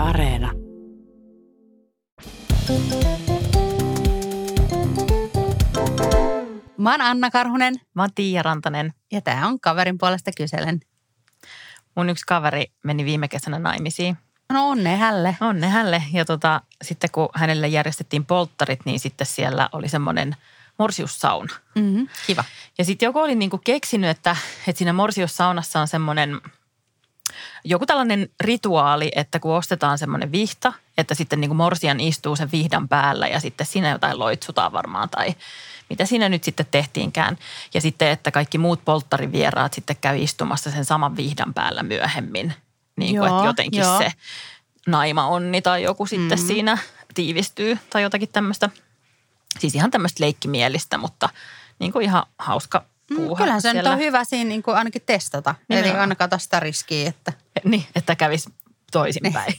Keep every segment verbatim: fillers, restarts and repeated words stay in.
Areena. Mä oon Anna Karhunen. Mä oon Tiia Rantanen. Ja tää on Kaverin puolesta kyselen. Mun yksi kaveri meni viime kesänä naimisiin. No onne hälle. Onne hälle. Ja tota, sitten kun hänelle järjestettiin polttarit, niin sitten siellä oli semmoinen morsiussauna. Mm-hmm. Kiva. Ja sitten joku oli niinku keksinyt, että, että siinä morsiussaunassa on semmoinen joku tällainen rituaali, että kun ostetaan semmoinen vihta, että sitten niinku morsian istuu sen vihdan päällä ja sitten siinä jotain loitsutaan varmaan tai mitä siinä nyt sitten tehtiinkään. Ja sitten, että kaikki muut polttarivieraat sitten käy istumassa sen saman vihdan päällä myöhemmin. Niin kuin, että jotenkin joo. se naima-onni tai joku sitten mm-hmm. siinä tiivistyy tai jotakin tämmöistä. Siis ihan tämmöistä leikkimielistä, mutta niin kuin ihan hauska puuha. Kyllähän se siellä. Nyt on hyvä siinä niin kuin ainakin testata. Niin eli aina kato sitä riskiä, että... Niin, että kävisi toisinpäin.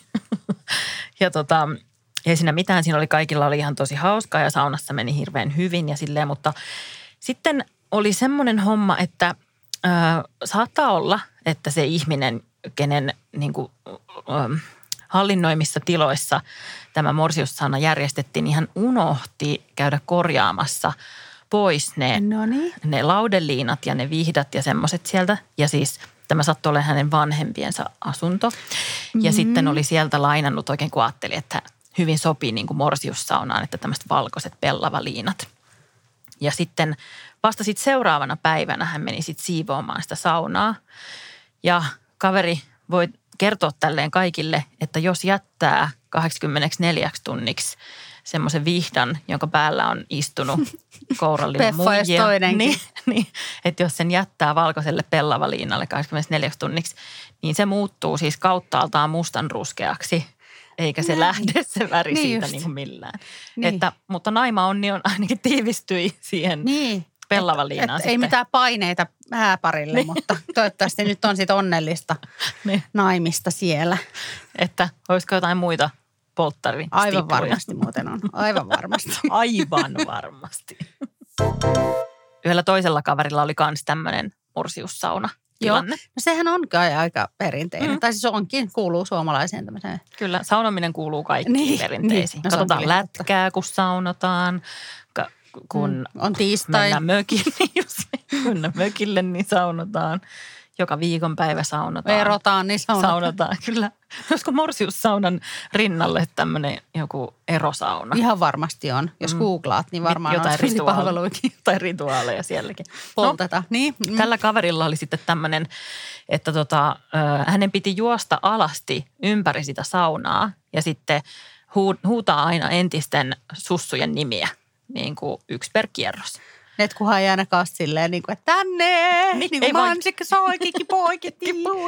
ja tota... Ei siinä mitään, siinä oli kaikilla oli ihan tosi hauskaa ja saunassa meni hirveän hyvin ja silleen, mutta sitten oli semmoinen homma, että ö, saattaa olla, että se ihminen, kenen niin kuin, ö, hallinnoimissa tiloissa tämä morsiussauna järjestettiin, niin hän unohti käydä korjaamassa pois ne, ne laudeliinat ja ne vihdat ja semmoiset sieltä. Ja siis tämä sattui olemaan hänen vanhempiensa asunto. Ja mm-hmm. sitten oli sieltä lainannut oikein, kun ajatteli, että hyvin sopii niin kuin morsiussaunaan, että tämmöiset valkoiset pellavaliinat. Ja sitten vasta sitten seuraavana päivänä hän meni sitten siivoamaan sitä saunaa. Ja kaveri voi kertoa tälleen kaikille, että jos jättää kahdeksankymmentäneljä tunniksi semmoisen vihdan, jonka päällä on istunut kourallinen muijia. Niin, niin, että jos sen jättää valkoiselle pellavaliinalle kahdeksankymmentäneljä tunniksi, niin se muuttuu siis kauttaaltaan mustanruskeaksi. Eikä se niin. lähde se väri niin siitä niin kuin millään. Niin. Että, mutta naima-onni on ainakin tiivistyi siihen niin. pellavaliinaan. Ei mitään paineita hääparille, niin. mutta toivottavasti nyt on sitten onnellista niin. naimista siellä. Että olisiko jotain muita polttaristikkuja? Aivan varmasti muuten on. Aivan varmasti. Aivan varmasti. Yhdellä toisella kaverilla oli myös tämmöinen morsiussauna. Tilanne. Joo, no sehän on aika perinteinen. Mm. Tai siis onkin, kuuluu suomalaiseen tämmöiseen. Kyllä, saunominen kuuluu kaikkiin niin, perinteisiin. Niin. No, katsotaan lätkää, kun saunotaan, kun mm. on tiistai. Mennään mökille, jos mennään mökille, niin saunotaan. Joka viikonpäivä saunotaan. Erotaan, niin saunotaan. Saunotaan, kyllä. Olisiko morsiussaunan rinnalle tämmöinen joku erosauna? Ihan varmasti on. Jos mm. googlaat, niin varmaan jotain on rituaaleja. Tai rituaaleja sielläkin. Poltetaan. No, niin. Mm. Tällä kaverilla oli sitten tämmöinen, että tota, hänen piti juosta alasti ympäri sitä saunaa ja sitten huutaa aina entisten sussujen nimiä, niin kuin yksi per kierros. Et kunhan ei ainakaan silleen, niin kuin, että tänne, niin, niin kuin mansikka soi, kikki poikki,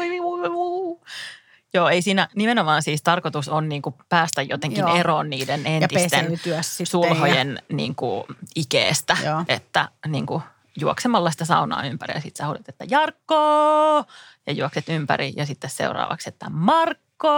Joo, ei siinä nimenomaan siis tarkoitus on niin kuin päästä jotenkin Joo. eroon niiden entisten sulhojen ja... niin kuin ikeestä, Joo. että niin kuin juoksemalla sitä saunaa ympäri ja sitten sä huudat, että Jarkko ja juokset ympäri ja sitten seuraavaksi, että Markko.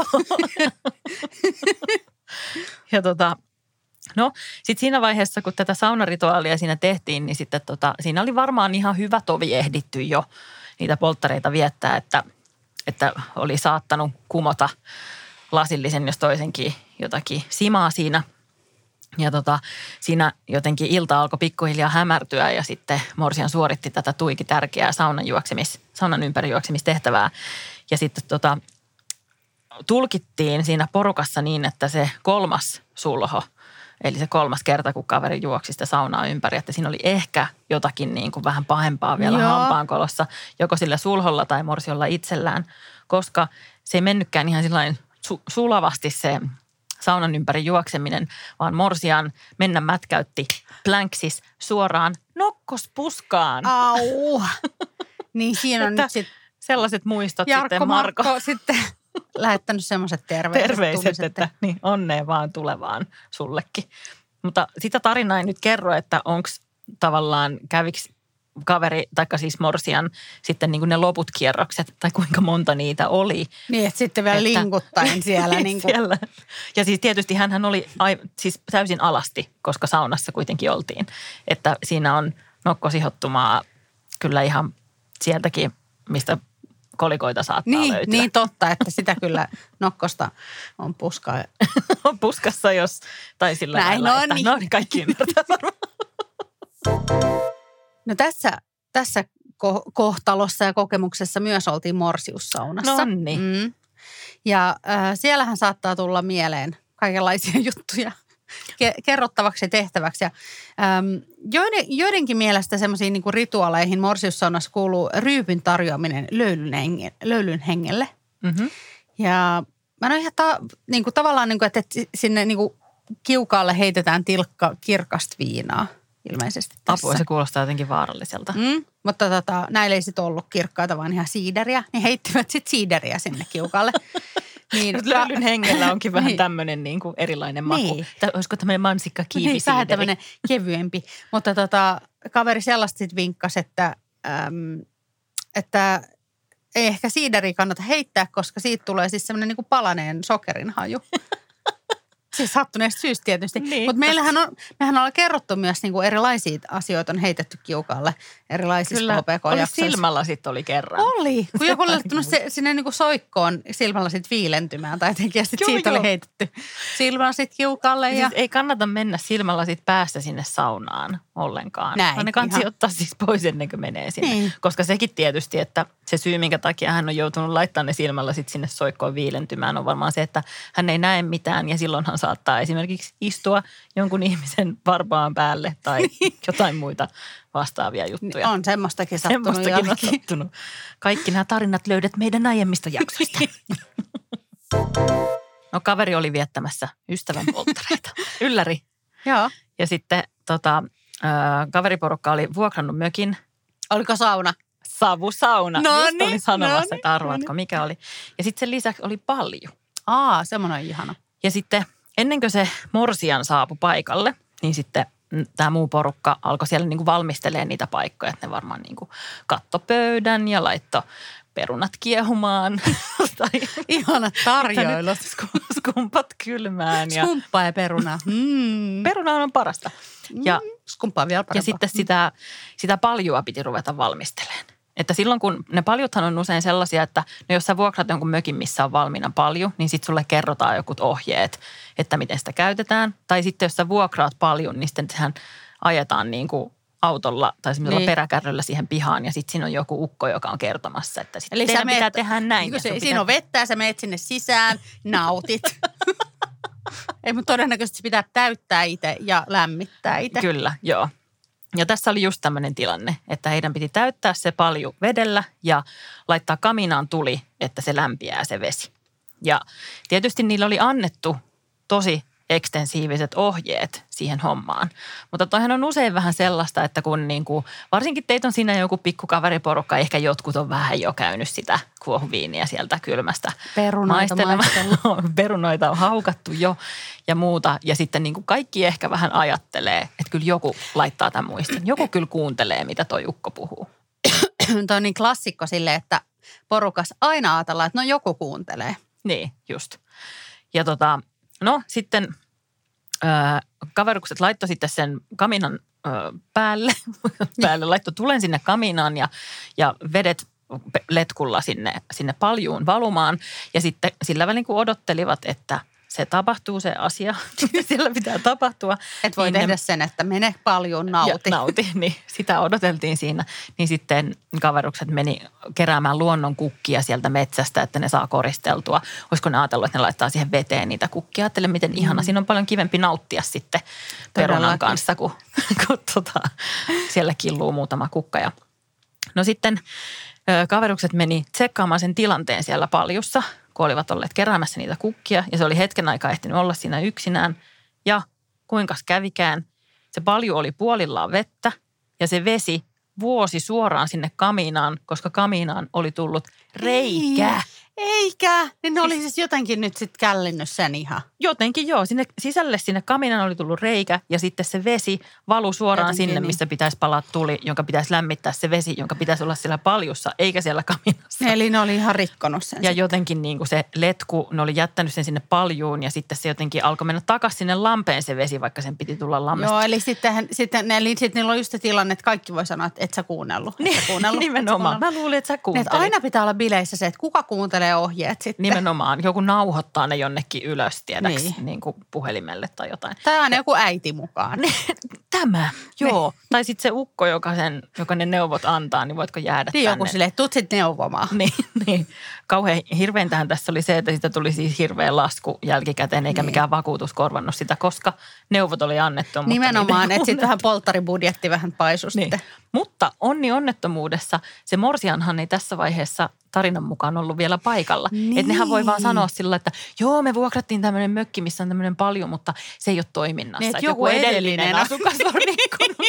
ja tota... No, sitten siinä vaiheessa, kun tätä saunarituaalia siinä tehtiin, niin sitten tota, siinä oli varmaan ihan hyvä tovi ehditty jo niitä polttareita viettää, että, että oli saattanut kumota lasillisen jos toisenkin jotakin simaa siinä. Ja tota, siinä jotenkin ilta alkoi pikkuhiljaa hämärtyä ja sitten morsian suoritti tätä tuiki tärkeää saunan, juoksemis, saunan ympäri juoksemistehtävää. Ja sitten tota, tulkittiin siinä porukassa niin, että se kolmas sulho, eli se kolmas kerta, kun kaveri juoksi sitä saunaa ympäri, että siinä oli ehkä jotakin niin kuin vähän pahempaa vielä Joo. hampaankolossa, joko sillä sulholla tai morsiolla itsellään, koska se ei mennytkään ihan sillain su- sulavasti se saunan ympäri juokseminen, vaan morsian mennä mätkäytti plänksis suoraan nokkospuskaan. Au! Niin siinä on nyt sitten sellaiset muistot Jarkko sitten Marko. Marko sitten lähettänyt semmoiset terveiset. Terveiset, että niin, onnea vaan tulevaan sullekin. Mutta sitä tarinaa ei nyt kerro, että onko tavallaan käviksi kaveri, taikka siis morsian sitten niin kuin ne loput kierrokset, tai kuinka monta niitä oli. Niin, että sitten vielä että, linkuttaen siellä. niin kuin. siellä. Ja siis tietysti hänhän oli ai, siis täysin alasti, koska saunassa kuitenkin oltiin. Että siinä on nokkosihottumaa kyllä ihan sieltäkin, mistä kolikoita saattaa niin, löytyä. Niin totta, että sitä kyllä nokkosta on puskaa. On puskassa, jos, tai sillä Näin lailla, on, että niin. no niin kaikki ymmärtää varmaan. No tässä, tässä ko- kohtalossa ja kokemuksessa myös oltiin Morsiussaunassa. No niin. Mm. Ja äh, siellähän saattaa tulla mieleen kaikenlaisia juttuja ke- kerrottavaksi ja tehtäväksi. Ja, ähm, joiden, joidenkin mielestä semmoisiin niin kuin rituaaleihin Morsiussaunassa kuuluu ryypyn tarjoaminen löylyn, henge, löylyn hengelle. Mm-hmm. Ja mä en ole ihan ta- niin kuin, tavallaan, niin kuin, että sinne niin kuin kiukaalle heitetään tilkka kirkasta viinaa ilmeisesti tässä. Apua, se kuulostaa jotenkin vaaralliselta. Mm, mutta tota, näillä ei sitten ollut kirkkaita, vaan ihan siideriä. Ne heittivät sitten siideriä sinne kiukalle. Niin, löylyn hengellä onkin vähän niin. tämmöinen niin kuin erilainen maku. Niin. Tai olisiko tämmöinen mansikka kiivi niin, vähän tämmöinen kevyempi. Mutta tota, kaveri sellaista sitten vinkkasi, että, äm, että ei ehkä siideriä kannata heittää, koska siitä tulee siis semmoinen niin kuin palaneen sokerin haju. Siis sattuneesta syystä tietysti. Niin. Mutta meillähän on, mehän ollaan kerrottu myös niinku erilaisia asioita on heitetty kiukaalle erilaisissa H P K-jaksoissa. Kyllä, silmälasit oli kerran. Oli, kun joku oli laittanut se, sinne niinku soikkoon silmälasit viilentymään tai jotenkin ja sitten siitä joo. oli heitetty silmälasit kiukalle. Ja... Siis ei kannata mennä silmälasit päästä sinne saunaan ollenkaan. Näin, vaan ne kansi ihan. ottaa siis pois ennen kuin menee sinne. Niin. Koska sekin tietysti, että se syy, minkä takia hän on joutunut laittamaan ne silmälasit sinne soikkoon viilentymään, on varmaan se, että hän ei näe mitään ja silloin hän saattaa esimerkiksi istua jonkun ihmisen varpaan päälle tai jotain muita vastaavia juttuja. On semmoistakin sattunut. Semmoistakin on sattunut. Kaikki nämä tarinat löydät meidän aiemmista jaksoista. No kaveri oli viettämässä ystävän polttareita. Ylläri. Joo. Ja sitten tota, äh, kaveriporukka oli vuokrannut mökin. Oliko sauna? Savusauna. No Just niin, olin sanomassa, no niin, että arvaatko no niin. mikä oli. Ja sitten sen lisäksi oli paljon. Aa, semmoinen on ihana. Ja sitten ennen kuin se morsian saapui paikalle, niin sitten tämä muu porukka alkoi siellä niin kuin valmistelemaan niitä paikkoja. Että ne varmaan niin kuin katto pöydän ja laittoi perunat kiehumaan. tai Ihanat tarjoilut. Skumpat kylmään. Ja Skumppaa ja peruna. Mm. peruna on parasta. Ja, mm. Skumppaa vielä parempaa. ja sitten sitä, sitä paljua piti ruveta valmistelemaan. Että silloin kun ne paljuthan on usein sellaisia, että no jos sä vuokraat jonkun mökin, missä on valmiina palju, niin sitten sulle kerrotaan jokut ohjeet, että miten sitä käytetään. Tai sitten jos sä vuokraat paljon, niin sitten sehän ajetaan niin kuin autolla tai semmoisella niin. peräkärryllä siihen pihaan ja sitten siinä on joku ukko, joka on kertomassa, että sitten teidän pitää meet, tehdä näin. Se, siinä pitää... on vettä ja sä meet sinne sisään, nautit. Ei, mutta todennäköisesti pitää täyttää itse ja lämmittää itse. Kyllä, joo. Ja tässä oli just tämmöinen tilanne, että heidän piti täyttää se palju vedellä ja laittaa kaminaan tuli, että se lämpiää se vesi. Ja tietysti niillä oli annettu tosi ekstensiiviset ohjeet siihen hommaan. Mutta toihan on usein vähän sellaista, että kun niin kuin, varsinkin teitä on siinä joku pikkukaveriporukka, ehkä jotkut on vähän jo käynyt sitä kuohuviiniä sieltä kylmästä. Perunoita maistelemaan. Perunoita on haukattu jo ja muuta. Ja sitten niin kuin kaikki ehkä vähän ajattelee, että kyllä joku laittaa tämän muistin. Joku kyllä kuuntelee, mitä toi ukko puhuu. Toi on niin klassikko silleen, että porukas aina ajatellaan, että no joku kuuntelee. Niin, just. Ja tota, no sitten ö, kaverukset laittoi sitten sen kaminan ö, päälle, päälle laittoi tulen sinne kaminaan ja, ja vedet letkulla sinne, sinne paljuun valumaan. Ja sitten sillä välin kun odottelivat, että se tapahtuu se asia, siellä pitää tapahtua. Et voi niin tehdä ne, sen, että mene paljon nauti. Ja nauti, niin sitä odoteltiin siinä. Niin sitten kaverukset meni keräämään luonnon kukkia sieltä metsästä, että ne saa koristeltua. Olisiko ne ajatellut, että ne laittaa siihen veteen niitä kukkia? Ajattele, miten ihana. Mm. Siinä on paljon kivempi nauttia sitten perunan kanssa, kun, kun tota, siellä killuu muutama kukka. Ja no sitten kaverukset meni tsekkaamaan sen tilanteen siellä paljussa, kun olivat olleet keräämässä niitä kukkia. Ja se oli hetken aikaa ehtinyt olla siinä yksinään. Ja kuinkas kävikään, se palju oli puolillaan vettä ja se vesi vuosi suoraan sinne kaminaan, koska kaminaan oli tullut reikä. Eikä, niin ne oli siis jotenkin nyt sitten källinnyt sen ihan. Jotenkin joo, sinne sisälle sinne kaminan oli tullut reikä ja sitten se vesi valui suoraan jotenkin sinne, niin. missä pitäisi palaa tuli, jonka pitäisi lämmittää se vesi, jonka pitäisi olla siellä paljussa, eikä siellä kaminassa. Eli ne oli ihan rikkonut sen. Ja sitten. jotenkin niin kuin se letku, ne oli jättänyt sen sinne paljuun ja sitten se jotenkin alkoi mennä takaisin sinne lampeen se vesi, vaikka sen piti tulla lammesta. Joo, eli sitten, sitten, eli sitten niillä on just se tilanne, että kaikki voi sanoa, että et sä kuunnellut. Et sä kuunnellut Nimenomaan. Mä luulin, että sä kuuntelit. Että aina pitää olla bileissä se, että kuka kuuntelee ohjeet sitten. Nimenomaan. Joku nauhoittaa ne jonnekin ylös, tiedäks, niin. niin kuin puhelimelle tai jotain. Tai aina joku äiti mukaan. Tämä, joo. Ne. Tai sitten se ukko, joka, sen, joka ne neuvot antaa, niin voitko jäädä niin tänne. Joku silleen, tuut sitten neuvomaan. Niin, niin. Kauhean hirveintähän tässä oli se, että sitä tuli siis hirveä lasku jälkikäteen, eikä niin. mikään vakuutus korvannut sitä, koska neuvot oli annettu. Nimenomaan, että sitten vähän polttaribudjetti vähän paisui niin. sitten. Mutta onni onnettomuudessa se morsianhan ei tässä vaiheessa tarinan mukaan ollut vielä paikalla. Niin. Että nehän voi vaan sanoa sillä, että joo, me vuokrattiin tämmöinen mökki, missä on tämmöinen paljon, mutta se ei ole toiminnassa. Niin, että joku, joku edellinen asukas on rikkonut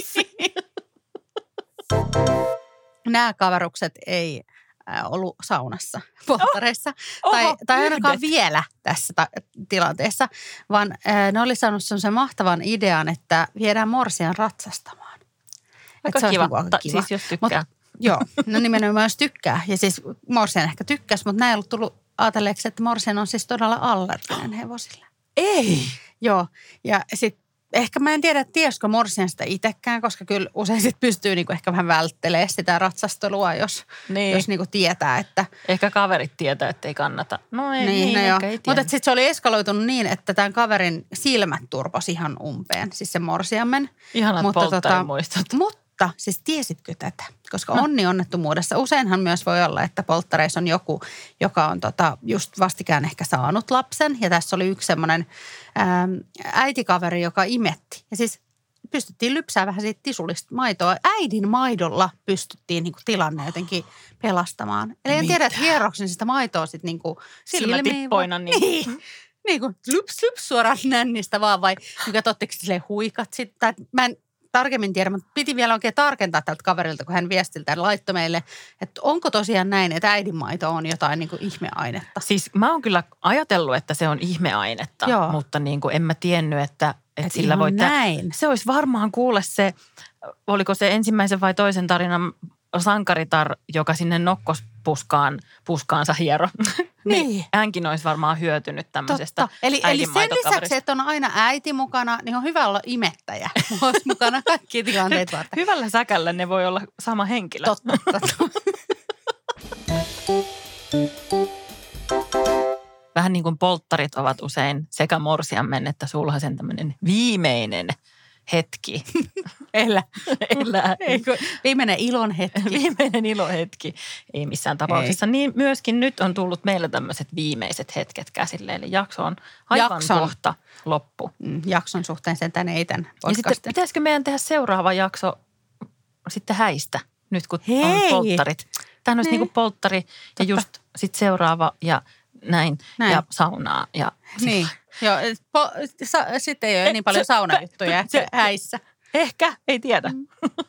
Nämä kaverukset ei ollut saunassa, polttareissa. Oh, tai, oho, tai ainakaan yhdet. vielä tässä ta- tilanteessa, vaan äh, ne oli saanut semmoisen mahtavan idean, että viedään morsian ratsastamaan. Aika se kiva. Niinku Ta- kiva. Siis jos tykkää. Mut, joo, no nimenomaan jos tykkää. Ja siis morsian ehkä tykkäsi, mutta näin ei ollut tullut ajatelleeksi, että morsian on siis todella allerginen hevosille. Ei! Joo, ja sitten ehkä mä en tiedä, tiesikö morsian sitä itsekään, koska kyllä usein sit pystyy niinku ehkä vähän välttelemään sitä ratsastelua, jos, niin. jos niinku tietää, että... Ehkä kaverit tietää, että ei kannata. No ei, niin, niin, no joo. ehkä ei tiedä. Mutta sitten se oli eskaloitunut niin, että tämän kaverin silmät turposi ihan umpeen, siis se morsiammen. Ihanat polttarimuistot. Tota, mutta siis tiesitkö tätä? Koska no. onni onnettomuudessa useinhan myös voi olla, että polttareissa on joku, joka on tota, just vastikään ehkä saanut lapsen. Ja tässä oli yksi semmoinen ää, äitikaveri, joka imetti. Ja siis pystyttiin lypsää vähän siitä tisullista maitoa. Äidin maidolla pystyttiin niinku tilanne jotenkin pelastamaan. Eli en tiedä, että hieroksen sitä maitoa sitten niinku silmätippoina. Niin, niin, niin kuin lyps, lyps suoraan nännistä vaan vai mikä totteko silleen huikat sitten. Mä en tarkemmin tiedä, mutta piti vielä oikein tarkentaa tältä kaverilta, kun hän viestiltä laittoi meille, että onko tosiaan näin, että äidinmaito on jotain niin kuin ihmeainetta. Siis mä oon kyllä ajatellut, että se on ihmeainetta, Joo. mutta niin kuin en mä tiennyt, että, että Et sillä voi... näin. Se olisi varmaan kuule se, oliko se ensimmäisen vai toisen tarinan sankaritar, joka sinne nokkospuskaan puskaansa hiero. Niin. niin. Hänkin olisi varmaan hyötynyt tämmöisestä eli, eli sen lisäksi, että on aina äiti mukana, niin on hyvä olla imettäjä mukana kaikki tilanteet varten. Hyvällä säkällä ne voi olla sama henkilö. Totta, totta. Vähän niin kuin polttarit ovat usein sekä morsiammen että sulhasen tämmöinen viimeinen hetki. Elä. Elä. Eikö? Viimeinen ilon hetki. Viimeinen ilohetki. Ei missään tapauksessa. Ei. Niin myöskin nyt on tullut meillä tämmöiset viimeiset hetket käsille. Eli jakso on aivan jakson. kohta loppu. Mm, jakson suhteen sen tänne ei tämän podcastin. Ja sitten pitäisikö meidän tehdä seuraava jakso sitten häistä, nyt kun Hei. on polttarit. Tämä olisi niin kuin polttari ja Totta. just sitten seuraava ja näin, näin. Ja saunaa. Ja niin. Joo, po, sa, sitten ei ole niin paljon saunajuttuja se, häissä. Ehkä, ei tiedä. Mm.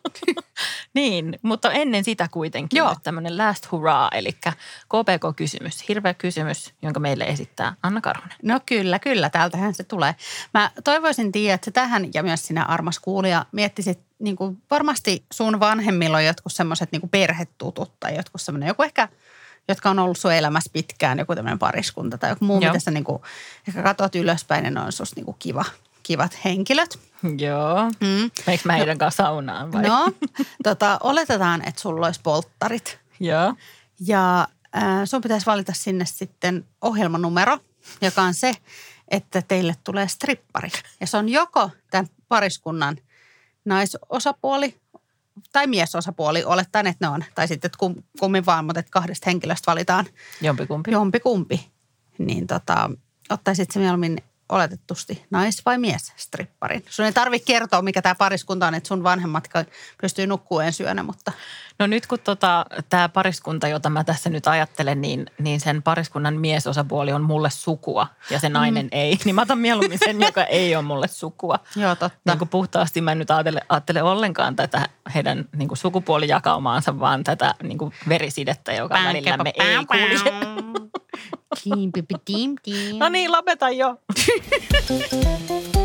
Niin, mutta ennen sitä kuitenkin Joo. nyt tämmöinen last hurrah, eli K P K-kysymys. Hirveä kysymys, jonka meille esittää Anna Karhunen. No kyllä, kyllä, täältähän se tulee. Mä toivoisin, Tiia, että tähän ja myös sinä armas kuulija miettisit, niin kuin varmasti sun vanhemmilla on jotkut semmoiset niin kuin perhetutut tai jotkut semmoinen, joku ehkä, jotka on ollut sun elämässä pitkään, joku tämmöinen pariskunta tai joku muu, Joo. mitä sä niin kuin, ehkä katsot ylöspäin ja ne on susta niin kuin kiva. Kivat henkilöt. Joo. Mm. Meikö mä heidän kanssa saunaan vai? No, tota, oletetaan, että sulla olisi polttarit. Joo. Ja äh, sun pitäisi valita sinne sitten ohjelmanumero, joka on se, että teille tulee strippari. Ja se on joko tämän pariskunnan naisosapuoli tai miesosapuoli, olettaen, että ne on. Tai sitten, että kum, kummin vaan, mutta että kahdesta henkilöstä valitaan. Jompikumpi. Jompikumpi. Niin tota, ottaisit se mieluummin oletetusti nais- vai mies-stripparin. Sun ei tarvitse kertoa, mikä tämä pariskunta on, että sun vanhemmat pystyy nukkumaan ensi yönä, mutta... No nyt kun tota, tämä pariskunta, jota mä tässä nyt ajattelen, niin, niin sen pariskunnan miesosapuoli on mulle sukua ja se nainen mm. ei. Niin mä otan mieluummin sen, joka ei ole mulle sukua. Joo, totta. Niin kuin puhtaasti mä en nyt ajattele, ajattele ollenkaan tätä heidän niin kuin sukupuolijakaumaansa, vaan tätä niin kuin verisidettä, joka välillä me ei kulje. Tiim, pipi, tiim, tiim. No niin, lopeta jo.